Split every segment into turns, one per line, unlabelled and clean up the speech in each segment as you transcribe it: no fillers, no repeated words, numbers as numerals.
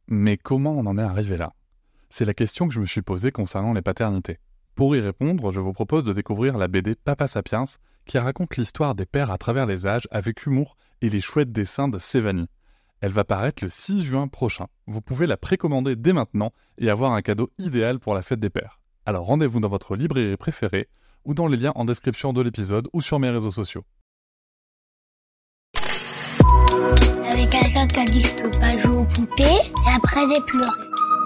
Mais comment on en est arrivé là? C'est la question que je me suis posée concernant les paternités. Pour y répondre, je vous propose de découvrir la BD Papa Sapiens, qui raconte l'histoire des pères à travers les âges avec humour et les chouettes dessins de Sévanie. Elle va paraître le 6 juin prochain. Vous pouvez la précommander dès maintenant et avoir un cadeau idéal pour la fête des pères. Alors rendez-vous dans votre librairie préférée ou dans les liens en description de l'épisode ou sur mes réseaux sociaux.
Avec quelqu'un qui a dit que je peux pas jouer aux poupées et après j'ai pleuré.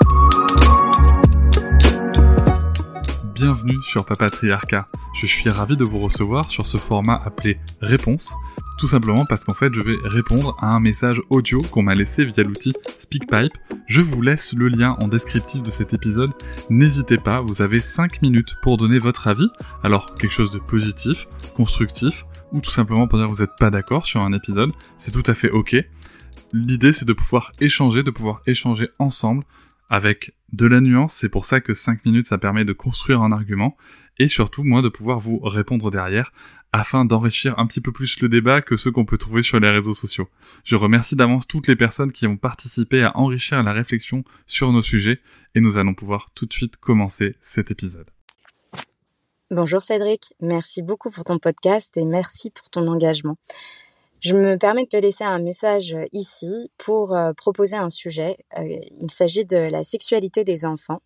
Bienvenue sur Papatriarcat. Je suis ravi de vous recevoir sur ce format appelé Réponse, tout simplement parce qu'en fait je vais répondre à un message audio qu'on m'a laissé via l'outil SpeakPipe. Je vous laisse le lien en descriptif de cet épisode. N'hésitez pas, vous avez 5 minutes pour donner votre avis. Alors quelque chose de positif, constructif, ou tout simplement pour dire que vous n'êtes pas d'accord sur un épisode, c'est tout à fait ok. L'idée c'est de pouvoir échanger ensemble avec de la nuance. C'est pour ça que 5 minutes ça permet de construire un argument et surtout moi de pouvoir vous répondre derrière afin d'enrichir un petit peu plus le débat que ceux qu'on peut trouver sur les réseaux sociaux. Je remercie d'avance toutes les personnes qui ont participé à enrichir la réflexion sur nos sujets et nous allons pouvoir tout de suite commencer cet épisode.
Bonjour Cédric, merci beaucoup pour ton podcast et merci pour ton engagement. Je me permets de te laisser un message ici pour proposer un sujet. Il s'agit de la sexualité des enfants.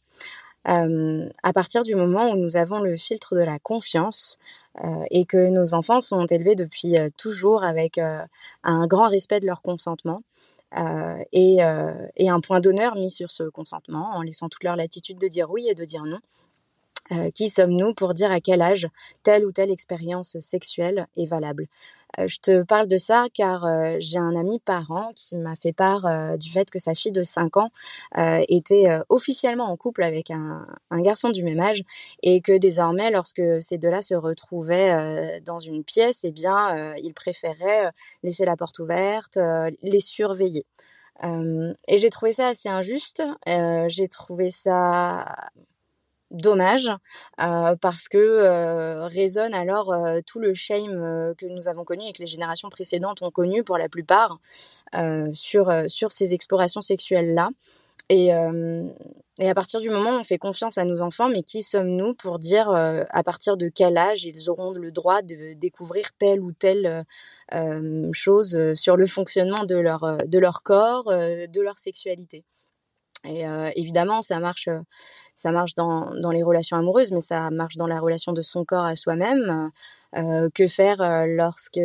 À partir du moment où nous avons le filtre de la confiance et que nos enfants sont élevés depuis toujours avec un grand respect de leur consentement et un point d'honneur mis sur ce consentement en laissant toute leur latitude de dire oui et de dire non. Qui sommes-nous pour dire à quel âge telle ou telle expérience sexuelle est valable? Je te parle de ça car j'ai un ami parent qui m'a fait part du fait que sa fille de 5 ans était officiellement en couple avec un garçon du même âge et que désormais, lorsque ces deux-là se retrouvaient dans une pièce, eh bien, il préférait laisser la porte ouverte, les surveiller. Et j'ai trouvé ça assez injuste, j'ai trouvé ça dommage parce que résonne alors tout le shame que nous avons connu et que les générations précédentes ont connu pour la plupart sur ces explorations sexuelles-là. Et à partir du moment où on fait confiance à nos enfants, mais qui sommes-nous pour dire à partir de quel âge ils auront le droit de découvrir telle ou telle chose sur le fonctionnement de leur corps, de leur sexualité. Et évidemment, ça marche dans les relations amoureuses, mais ça marche dans la relation de son corps à soi-même. Que faire lorsque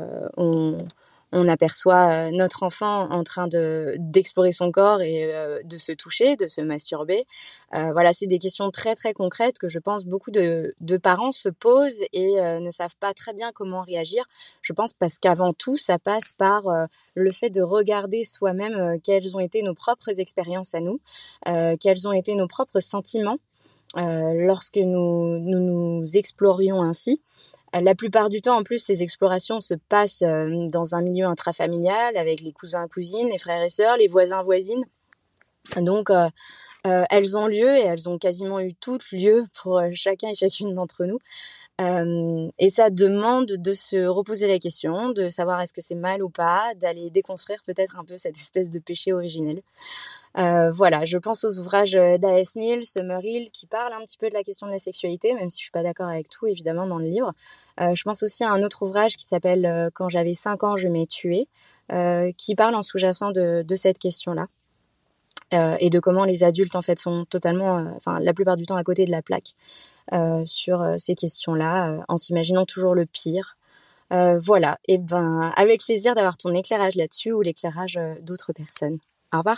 on aperçoit notre enfant en train d'explorer son corps et de se toucher, de se masturber. Voilà, c'est des questions très très concrètes que je pense beaucoup de parents se posent et ne savent pas très bien comment réagir. Je pense parce qu'avant tout, ça passe par le fait de regarder soi-même quelles ont été nos propres expériences à nous, quels ont été nos propres sentiments lorsque nous explorions ainsi. La plupart du temps, en plus, ces explorations se passent dans un milieu intrafamilial avec les cousins, cousines, les frères et sœurs, les voisins, voisines. Donc, elles ont lieu et elles ont quasiment eu toutes lieu pour chacun et chacune d'entre nous. Et ça demande de se reposer la question, de savoir est-ce que c'est mal ou pas, d'aller déconstruire peut-être un peu cette espèce de péché originel. Voilà, je pense aux ouvrages d'A.S. Neal, Summerhill, qui parlent un petit peu de la question de la sexualité, même si je suis pas d'accord avec tout, évidemment, dans le livre. Je pense aussi à un autre ouvrage qui s'appelle « Quand j'avais 5 ans, je m'ai tué », qui parle en sous-jacent de cette question-là. Et de comment les adultes, en fait, sont totalement, la plupart du temps, à côté de la plaque sur ces questions-là, en s'imaginant toujours le pire. Voilà, et ben, avec plaisir d'avoir ton éclairage là-dessus ou l'éclairage d'autres personnes. Au revoir.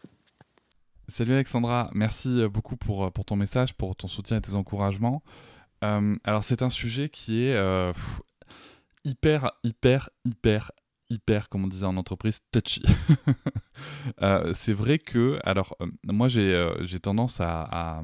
Salut Alexandra, merci beaucoup pour ton message, pour ton soutien et tes encouragements. Alors c'est un sujet qui est hyper, comme on disait en entreprise, touchy. C'est vrai que, alors moi j'ai tendance à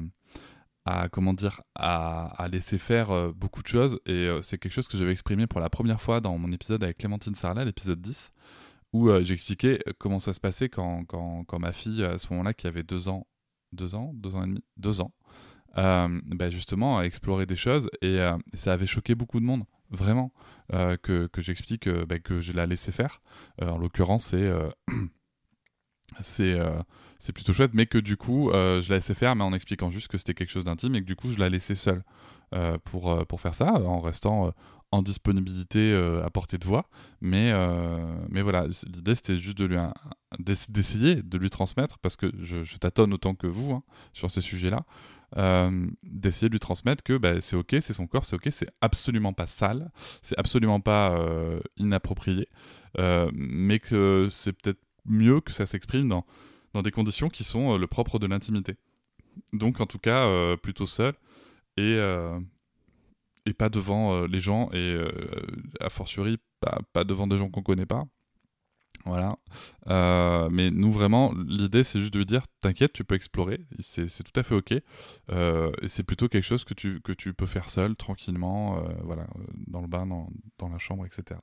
laisser faire beaucoup de choses et c'est quelque chose que j'avais exprimé pour la première fois dans mon épisode avec Clémentine Sarlat, l'épisode 10, où j'expliquais comment ça se passait quand ma fille, à ce moment-là, qui avait 2 ans et demi, 2 ans, justement, explorer des choses et ça avait choqué beaucoup de monde, vraiment, que j'explique que je la laissais faire. En l'occurrence, c'est c'est plutôt chouette, mais que du coup, je la laissais faire, mais en expliquant juste que c'était quelque chose d'intime et que du coup, je la laissais seule pour faire ça, en restant en disponibilité à portée de voix. Mais voilà, l'idée, c'était juste d'essayer de lui transmettre, parce que je tâtonne autant que vous sur ces sujets-là, d'essayer de lui transmettre que c'est ok, c'est son corps, c'est ok, c'est absolument pas sale, c'est absolument pas inapproprié, mais que c'est peut-être mieux que ça s'exprime dans des conditions qui sont le propre de l'intimité. Donc en tout cas, plutôt seul et, et pas devant les gens et a fortiori pas devant des gens qu'on connaît pas. Voilà. Mais nous vraiment, l'idée c'est juste de lui dire t'inquiète, tu peux explorer, c'est tout à fait ok. Et c'est plutôt quelque chose que tu peux faire seul, tranquillement, voilà, dans le bain, dans la chambre, etc.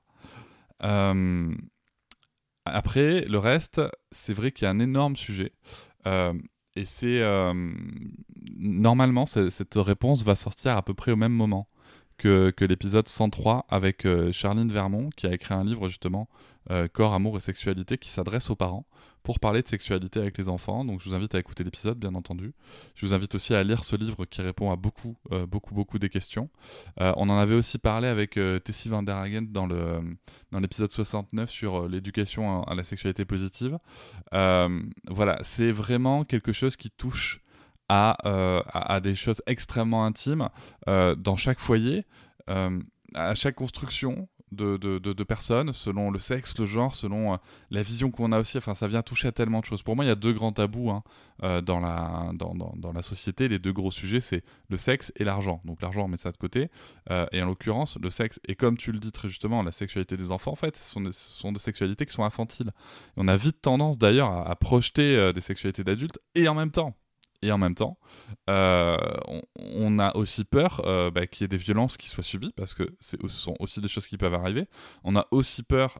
Après, le reste, c'est vrai qu'il y a un énorme sujet. Et c'est... normalement, cette réponse va sortir à peu près au même moment que l'épisode 103 avec Charline Vermont, qui a écrit un livre justement, Corps, Amour et Sexualité, qui s'adresse aux parents pour parler de sexualité avec les enfants. Donc je vous invite à écouter l'épisode, bien entendu. Je vous invite aussi à lire ce livre qui répond à beaucoup des questions. On en avait aussi parlé avec Tessie Van der Hagen dans l'épisode 69 sur l'éducation à la sexualité positive. Voilà, c'est vraiment quelque chose qui touche à des choses extrêmement intimes dans chaque foyer, à chaque construction de personnes, selon le sexe, le genre, selon la vision qu'on a aussi. Enfin, ça vient toucher à tellement de choses. Pour moi, il y a deux grands tabous dans la société. Les deux gros sujets, c'est le sexe et l'argent. Donc l'argent, on met ça de côté. Et en l'occurrence, le sexe, et comme tu le dis très justement, la sexualité des enfants, en fait, ce sont des sexualités qui sont infantiles. Et on a vite tendance, d'ailleurs, à projeter des sexualités d'adultes, et en même temps, on a aussi peur qu'il y ait des violences qui soient subies, parce que ce sont aussi des choses qui peuvent arriver. On a aussi peur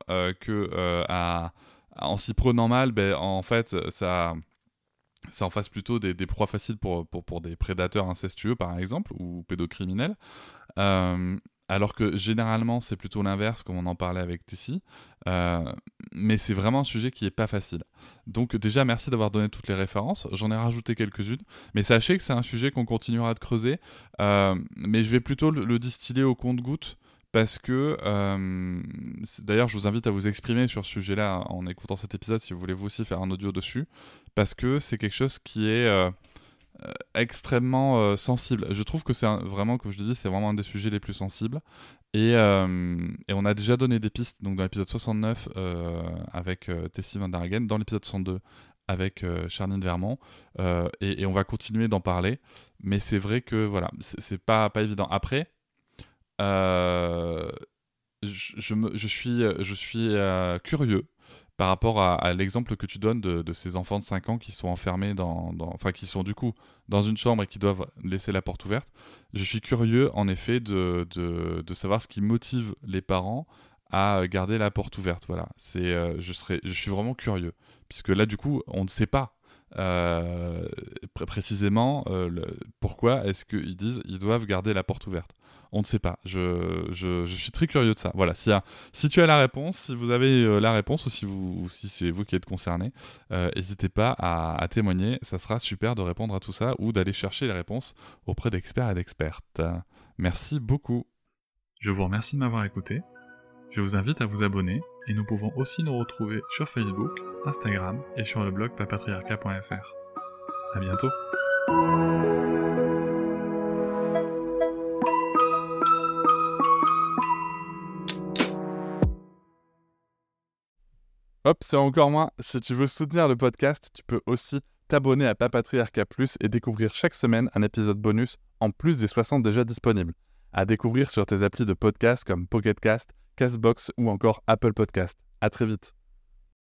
en s'y prenant mal, en fait, ça en fasse plutôt des proies faciles pour des prédateurs incestueux, par exemple, ou pédocriminels. Alors que généralement, c'est plutôt l'inverse, comme on en parlait avec Tessie. Mais c'est vraiment un sujet qui n'est pas facile. Donc déjà, merci d'avoir donné toutes les références. J'en ai rajouté quelques-unes. Mais sachez que c'est un sujet qu'on continuera de creuser. Mais je vais plutôt le distiller au compte-gouttes. Parce que, d'ailleurs, je vous invite à vous exprimer sur ce sujet-là en écoutant cet épisode, si vous voulez vous aussi faire un audio dessus. Parce que c'est quelque chose qui est... extrêmement sensible. Je trouve que vraiment, comme je l'ai dit, c'est vraiment un des sujets les plus sensibles. Et on a déjà donné des pistes, donc dans l'épisode 69 avec Tessie Van der Hagen, dans l'épisode 102 avec Charline Vermont, et on va continuer d'en parler. Mais c'est vrai que voilà, c'est pas évident. Après, je suis curieux par rapport à l'exemple que tu donnes de ces enfants de 5 ans qui sont enfermés enfin qui sont du coup dans une chambre et qui doivent laisser la porte ouverte. Je suis curieux en effet de savoir ce qui motive les parents à garder la porte ouverte. Voilà, je suis vraiment curieux, puisque là du coup on ne sait pas précisément pourquoi est-ce qu'ils disent ils doivent garder la porte ouverte. On ne sait pas. Je suis très curieux de ça. Voilà. Si tu as la réponse, si vous avez la réponse, ou si c'est vous qui êtes concerné, n'hésitez pas à témoigner. Ça sera super de répondre à tout ça ou d'aller chercher les réponses auprès d'experts et d'expertes. Merci beaucoup. Je vous remercie de m'avoir écouté. Je vous invite à vous abonner et nous pouvons aussi nous retrouver sur Facebook, Instagram et sur le blog papatriarca.fr. À bientôt. Hop, c'est encore moins. Si tu veux soutenir le podcast, tu peux aussi t'abonner à Papatriarca Plus et découvrir chaque semaine un épisode bonus en plus des 60 déjà disponibles. À découvrir sur tes applis de podcast comme Pocket Cast, Castbox ou encore Apple Podcast. À très vite.